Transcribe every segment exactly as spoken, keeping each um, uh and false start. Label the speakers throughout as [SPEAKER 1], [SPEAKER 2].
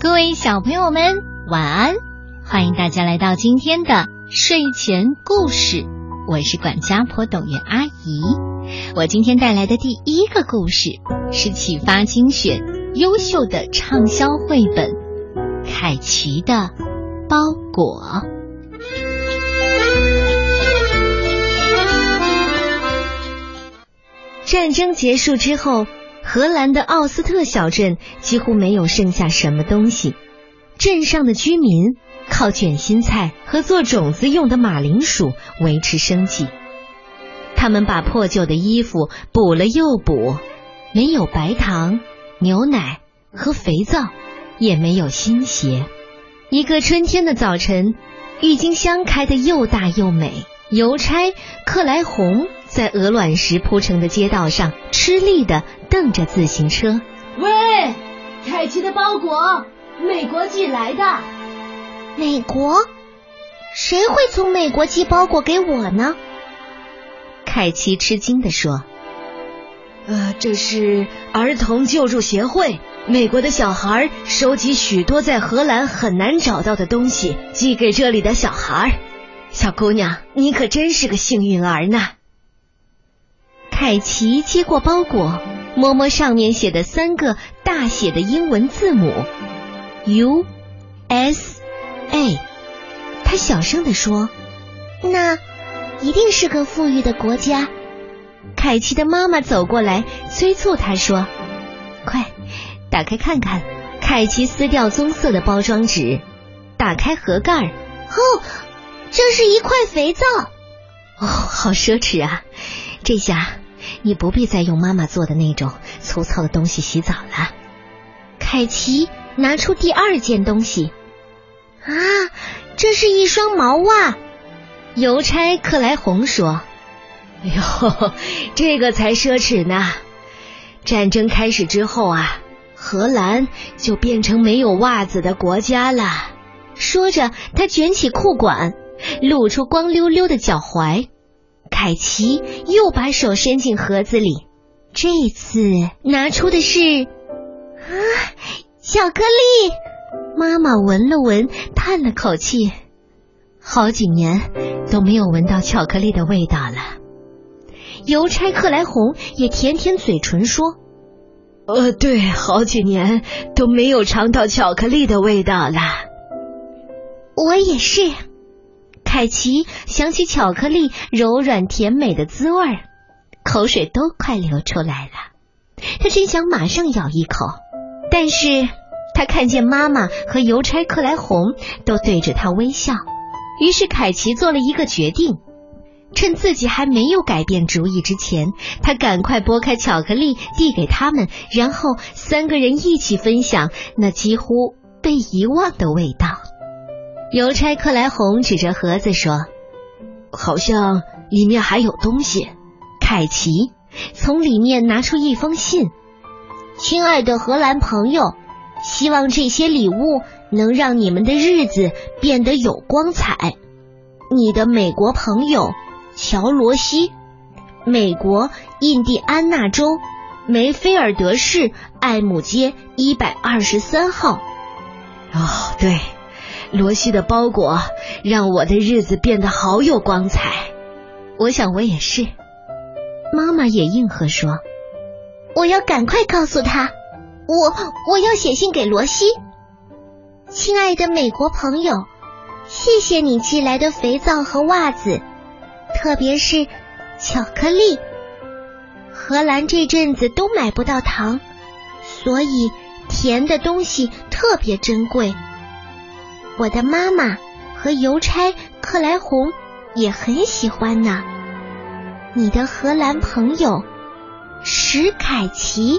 [SPEAKER 1] 各位小朋友们晚安，欢迎大家来到今天的睡前故事，我是管家婆董月阿姨。我今天带来的第一个故事是启发精选优秀的畅销绘本凯奇的包裹。战争结束之后，荷兰的奥斯特小镇几乎没有剩下什么东西。镇上的居民靠卷心菜和做种子用的马铃薯维持生计。他们把破旧的衣服补了又补，没有白糖、牛奶和肥皂，也没有新鞋。一个春天的早晨，郁金香开得又大又美。邮差克莱红在鹅卵石铺成的街道上吃力地蹬着自行车。
[SPEAKER 2] 喂，凯奇的包裹，美国寄来的。
[SPEAKER 3] 美国？谁会从美国寄包裹给我呢？
[SPEAKER 1] 凯奇吃惊地说。
[SPEAKER 2] 呃，这是儿童救助协会，美国的小孩收集许多在荷兰很难找到的东西，寄给这里的小孩。小姑娘，你可真是个幸运儿呢。
[SPEAKER 1] 凯奇接过包裹，摸摸上面写的三个大写的英文字母 U S A， 他小声地说，
[SPEAKER 3] 那一定是个富裕的国家。
[SPEAKER 1] 凯奇的妈妈走过来催促他说，快打开看看。凯奇撕掉棕色的包装纸，打开盒盖。
[SPEAKER 3] 哦，这是一块肥皂。
[SPEAKER 1] 哦，好奢侈啊，这下你不必再用妈妈做的那种粗糙的东西洗澡了。
[SPEAKER 3] 凯奇拿出第二件东西。啊，这是一双毛袜。
[SPEAKER 1] 邮差克莱红说，
[SPEAKER 2] 哎呦，这个才奢侈呢。战争开始之后啊，荷兰就变成没有袜子的国家了。
[SPEAKER 1] 说着他卷起裤管，露出光溜溜的脚踝。凯奇又把手伸进盒子里，这次拿出的是
[SPEAKER 3] 啊，巧克力。
[SPEAKER 1] 妈妈闻了闻，叹了口气，好几年都没有闻到巧克力的味道了。邮差克莱红也舔舔嘴唇说，
[SPEAKER 2] 呃，对，好几年都没有尝到巧克力的味道了。
[SPEAKER 3] 我也是。
[SPEAKER 1] 凯奇想起巧克力柔软甜美的滋味，口水都快流出来了。他真想马上咬一口，但是他看见妈妈和邮差克莱红都对着他微笑，于是凯奇做了一个决定。趁自己还没有改变主意之前，他赶快剥开巧克力递给他们，然后三个人一起分享那几乎被遗忘的味道。邮差克莱红指着盒子说，
[SPEAKER 2] 好像里面还有东西。
[SPEAKER 1] 凯奇从里面拿出一封信。
[SPEAKER 3] 亲爱的荷兰朋友，希望这些礼物能让你们的日子变得有光彩。你的美国朋友乔罗西，美国印第安纳州梅菲尔德市艾姆街一百二十三号。
[SPEAKER 2] 哦，对，罗西的包裹让我的日子变得好有光彩。
[SPEAKER 1] 我想我也是。妈妈也应和说，
[SPEAKER 3] 我要赶快告诉他，我我要写信给罗西。亲爱的美国朋友，谢谢你寄来的肥皂和袜子，特别是巧克力。荷兰这阵子都买不到糖，所以甜的东西特别珍贵。我的妈妈和邮差克莱红也很喜欢呢。你的荷兰朋友史凯奇。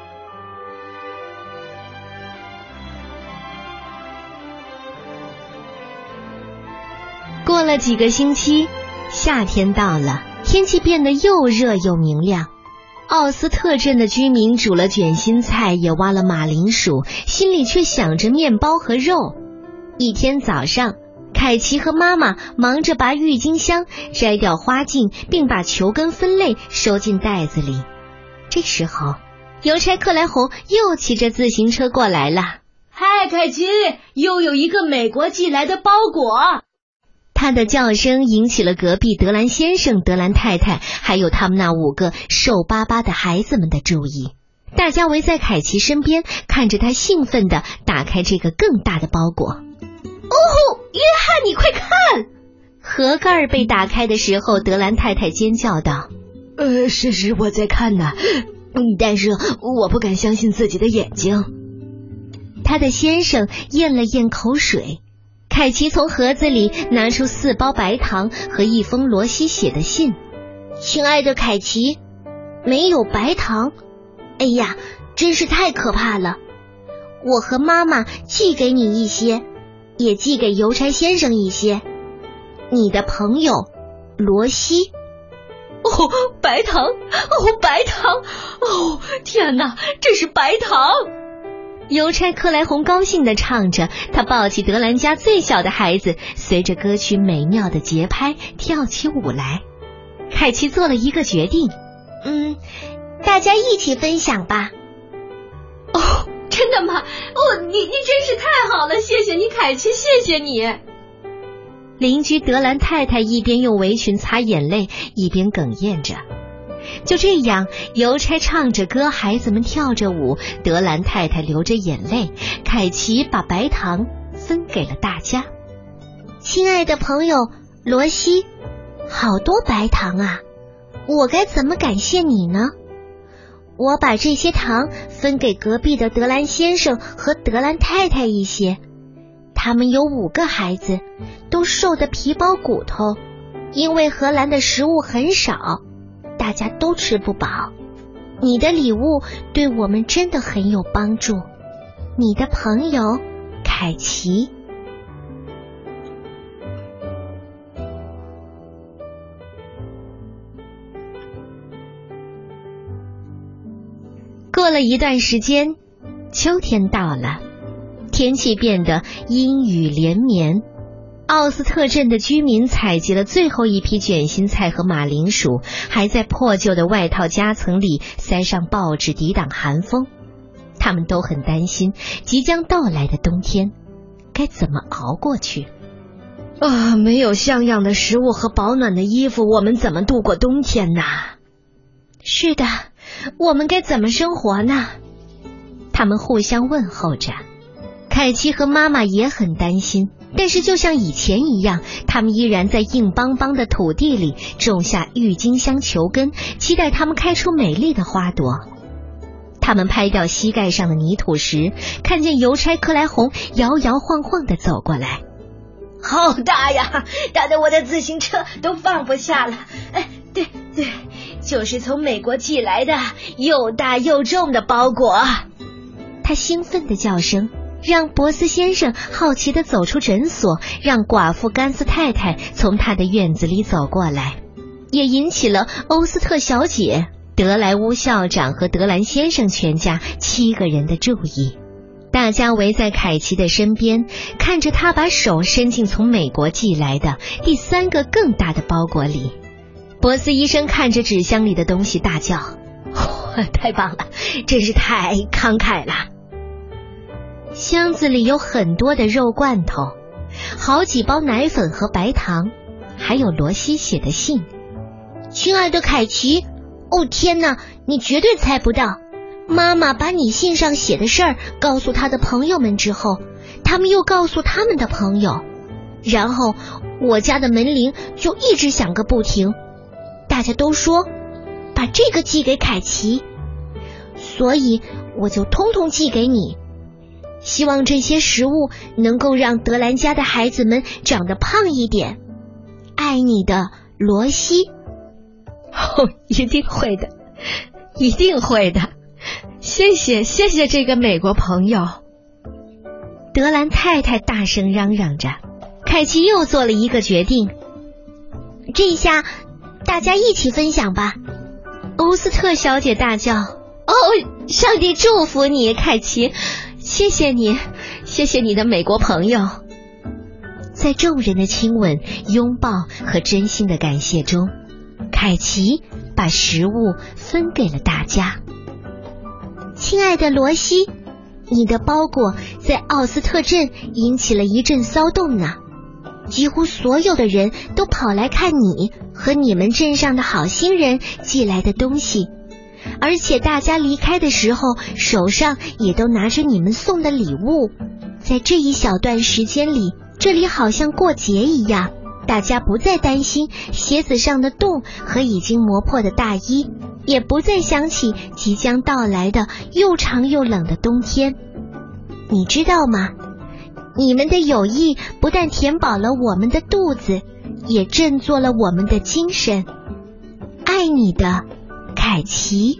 [SPEAKER 1] 过了几个星期，夏天到了，天气变得又热又明亮。奥斯特镇的居民煮了卷心菜，也挖了马铃薯，心里却想着面包和肉。一天早上，凯奇和妈妈忙着拔郁金香，摘掉花茎，并把球根分类收进袋子里。这时候，邮差克莱红又骑着自行车过来了。
[SPEAKER 2] 嗨， 哎，凯奇，又有一个美国寄来的包裹。
[SPEAKER 1] 他的叫声引起了隔壁德兰先生、德兰太太，还有他们那五个瘦巴巴的孩子们的注意。大家围在凯奇身边，看着他兴奋地打开这个更大的包裹。
[SPEAKER 2] 哦，约翰，你快看！
[SPEAKER 1] 盒盖被打开的时候，德兰太太尖叫道：
[SPEAKER 2] 呃，是是，我在看呢，但是我不敢相信自己的眼睛。
[SPEAKER 1] 他的先生咽了咽口水。凯奇从盒子里拿出四包白糖和一封罗西写的信。
[SPEAKER 3] 亲爱的凯奇，没有白糖，哎呀，真是太可怕了。我和妈妈寄给你一些，也寄给邮差先生一些。你的朋友罗西。
[SPEAKER 2] 哦，白糖，哦，白糖，哦，天哪，这是白糖！
[SPEAKER 1] 邮差克莱红高兴地唱着，他抱起德兰家最小的孩子，随着歌曲美妙的节拍跳起舞来。凯奇做了一个决定，
[SPEAKER 3] 嗯，大家一起分享吧。
[SPEAKER 2] 哦，真的吗？哦，你你真是太好了，谢谢你，凯奇，谢谢你。
[SPEAKER 1] 邻居德兰太太一边用围裙擦眼泪，一边哽咽着。就这样，邮差唱着歌，孩子们跳着舞，德兰太太流着眼泪，凯奇把白糖分给了大家。
[SPEAKER 3] 亲爱的朋友罗西，好多白糖啊，我该怎么感谢你呢？我把这些糖分给隔壁的德兰先生和德兰太太一些，他们有五个孩子，都瘦得皮包骨头，因为荷兰的食物很少，大家都吃不饱。你的礼物对我们真的很有帮助。你的朋友凯奇。
[SPEAKER 1] 过了一段时间，秋天到了，天气变得阴雨连绵。奥斯特镇的居民采集了最后一批卷心菜和马铃薯，还在破旧的外套夹层里塞上报纸抵挡寒风。他们都很担心即将到来的冬天该怎么熬过去。
[SPEAKER 2] 啊，没有像样的食物和保暖的衣服，我们怎么度过冬天呢？
[SPEAKER 1] 是的，我们该怎么生活呢？他们互相问候着。凯奇和妈妈也很担心，但是就像以前一样，他们依然在硬邦邦的土地里种下郁金香球根，期待它们开出美丽的花朵。他们拍掉膝盖上的泥土时，看见邮差克莱红摇摇晃晃地走过来。
[SPEAKER 2] 好大呀，大的我的自行车都放不下了。哎，对对，就是从美国寄来的又大又重的包裹。
[SPEAKER 1] 他兴奋的叫声让博斯先生好奇地走出诊所，让寡妇甘斯太太从他的院子里走过来，也引起了欧斯特小姐、德莱乌校长和德兰先生全家七个人的注意。大家围在凯奇的身边，看着他把手伸进从美国寄来的第三个更大的包裹里。博斯医生看着纸箱里的东西大叫：
[SPEAKER 2] 哦，太棒了，真是太慷慨了。
[SPEAKER 1] 箱子里有很多的肉罐头，好几包奶粉和白糖，还有罗西写的信。
[SPEAKER 3] 亲爱的凯奇，哦天哪，你绝对猜不到，妈妈把你信上写的事儿告诉她的朋友们之后，他们又告诉他们的朋友，然后我家的门铃就一直响个不停，大家都说把这个寄给凯奇，所以我就通通寄给你。希望这些食物能够让德兰家的孩子们长得胖一点。爱你的罗西。
[SPEAKER 1] 哦，一定会的，一定会的。谢谢，谢谢这个美国朋友。德兰太太大声嚷嚷着。凯奇又做了一个决定，
[SPEAKER 3] 这下大家一起分享吧。
[SPEAKER 1] 欧斯特小姐大叫：哦，上帝祝福你，凯奇，谢谢你，谢谢你的美国朋友。在众人的亲吻、拥抱和真心的感谢中，凯奇把食物分给了大家。
[SPEAKER 3] 亲爱的罗西， 你的包裹在奥斯特镇引起了一阵骚动呢。几乎所有的人都跑来看你和你们镇上的好心人寄来的东西，而且大家离开的时候手上也都拿着你们送的礼物。在这一小段时间里，这里好像过节一样，大家不再担心鞋子上的洞和已经磨破的大衣，也不再想起即将到来的又长又冷的冬天。你知道吗？你们的友谊不但填饱了我们的肚子，也振作了我们的精神。爱你的，凯奇。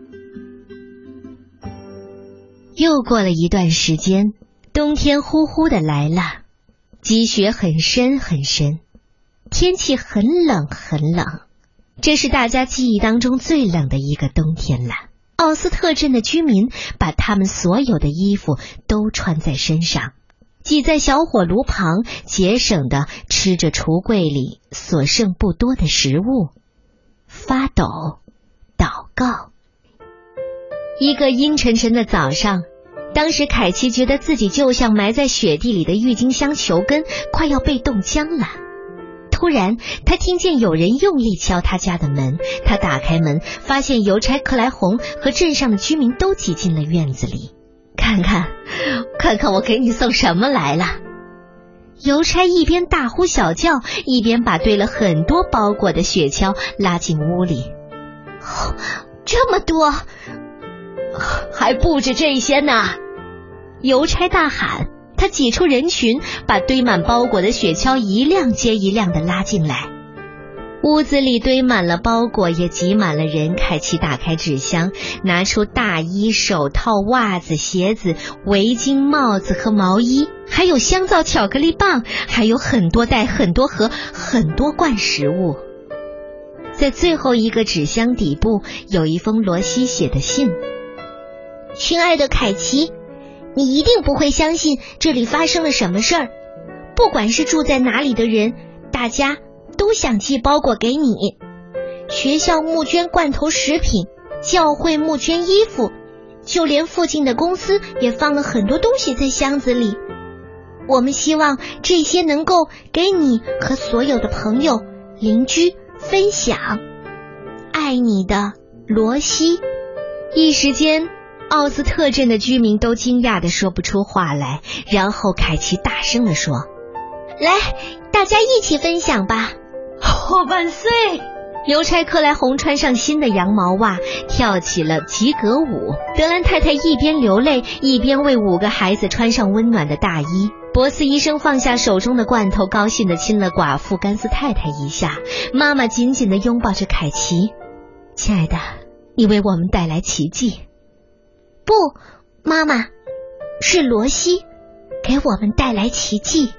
[SPEAKER 1] 又过了一段时间，冬天呼呼的来了，积雪很深很深，天气很冷很冷，这是大家记忆当中最冷的一个冬天了。奥斯特镇的居民把他们所有的衣服都穿在身上，挤在小火炉旁，节省地吃着橱柜里所剩不多的食物，发抖，祷告。一个阴沉沉的早上，当时凯奇觉得自己就像埋在雪地里的郁金香球根，快要被冻僵了。突然他听见有人用力敲他家的门，他打开门，发现邮差克莱红和镇上的居民都挤进了院子里。看看看看我给你送什么来了。邮差一边大呼小叫，一边把堆了很多包裹的雪橇拉进屋里。
[SPEAKER 3] 哦，这么多，
[SPEAKER 1] 还不止这些呢！邮差大喊，他挤出人群，把堆满包裹的雪橇一辆接一辆地拉进来。屋子里堆满了包裹，也挤满了人。凯奇打开纸箱，拿出大衣、手套、袜子、鞋子、围巾、帽子和毛衣，还有香皂、巧克力棒，还有很多袋、很多盒、很多罐食物。在最后一个纸箱底部有一封罗西写的信。
[SPEAKER 3] 亲爱的凯奇，你一定不会相信这里发生了什么事儿。不管是住在哪里的人，大家都想寄包裹给你。学校募捐罐头食品，教会募捐衣服，就连附近的公司也放了很多东西在箱子里。我们希望这些能够给你和所有的朋友、邻居分享。爱你的，罗西。
[SPEAKER 1] 一时间奥斯特镇的居民都惊讶地说不出话来，然后凯奇大声地说：
[SPEAKER 3] 来，大家一起分享吧！
[SPEAKER 2] 哦，万岁！
[SPEAKER 1] 邮差克莱红穿上新的羊毛袜，跳起了吉格舞。德兰太太一边流泪，一边为五个孩子穿上温暖的大衣。博斯医生放下手中的罐头，高兴地亲了寡妇甘斯太太一下。妈妈紧紧地拥抱着凯奇。亲爱的，你为我们带来奇迹。
[SPEAKER 3] 不，妈妈，是罗西给我们带来奇迹。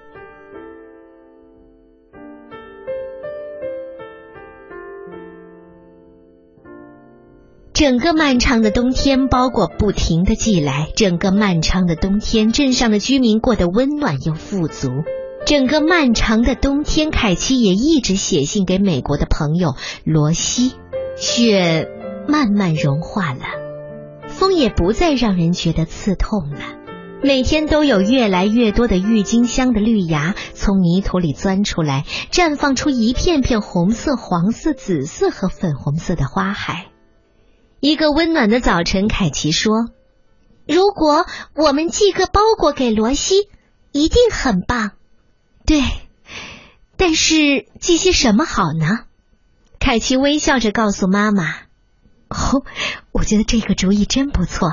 [SPEAKER 1] 整个漫长的冬天，包裹不停地寄来。整个漫长的冬天，镇上的居民过得温暖又富足。整个漫长的冬天，凯奇也一直写信给美国的朋友罗西。雪慢慢融化了，风也不再让人觉得刺痛了。每天都有越来越多的郁金香的绿芽从泥土里钻出来，绽放出一片片红色、黄色、紫色和粉红色的花海。一个温暖的早晨，凯奇说：
[SPEAKER 3] 如果我们寄个包裹给罗西，一定很棒。
[SPEAKER 1] 对，但是寄些什么好呢？凯奇微笑着告诉妈妈：哦，我觉得这个主意真不错。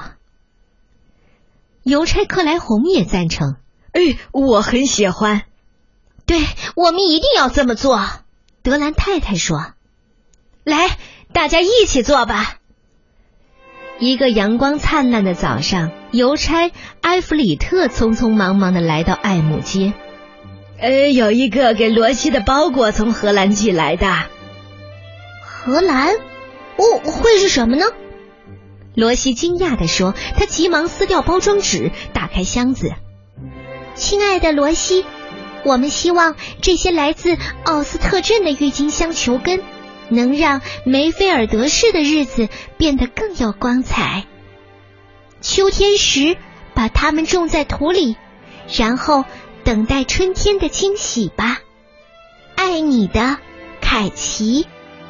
[SPEAKER 1] 邮差克莱红也赞成。
[SPEAKER 2] 哎，我很喜欢。
[SPEAKER 3] 对，我们一定要这么做。
[SPEAKER 1] 德兰太太说：
[SPEAKER 3] 来，大家一起做吧。
[SPEAKER 1] 一个阳光灿烂的早上，邮差埃弗里特匆匆忙忙地来到艾姆街。
[SPEAKER 2] 呃，有一个给罗西的包裹从荷兰寄来的。
[SPEAKER 3] 荷兰？哦，会是什么呢？
[SPEAKER 1] 罗西惊讶地说，他急忙撕掉包装纸，打开箱子。
[SPEAKER 3] 亲爱的罗西，我们希望这些来自奥斯特镇的郁金香球根能让梅菲尔德市的日子变得更有光彩。秋天时， 把它们种在土里，然后等待春天的惊喜吧。爱你的，凯奇。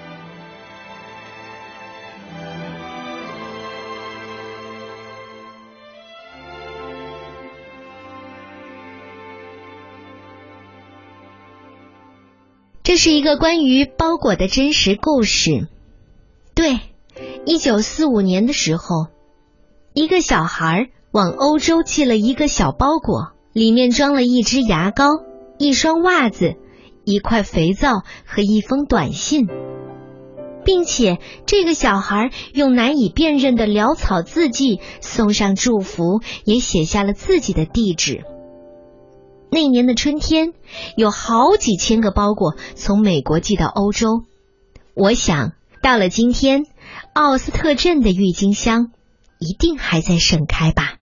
[SPEAKER 1] 这是一个关于包裹的真实故事。对，一九四五年的时候，一个小孩往欧洲寄了一个小包裹，里面装了一支牙膏、一双袜子、一块肥皂和一封短信，并且这个小孩用难以辨认的潦草字迹送上祝福，也写下了自己的地址。那年的春天，有好几千个包裹从美国寄到欧洲。我想，到了今天，奥斯特镇的郁金香一定还在盛开吧。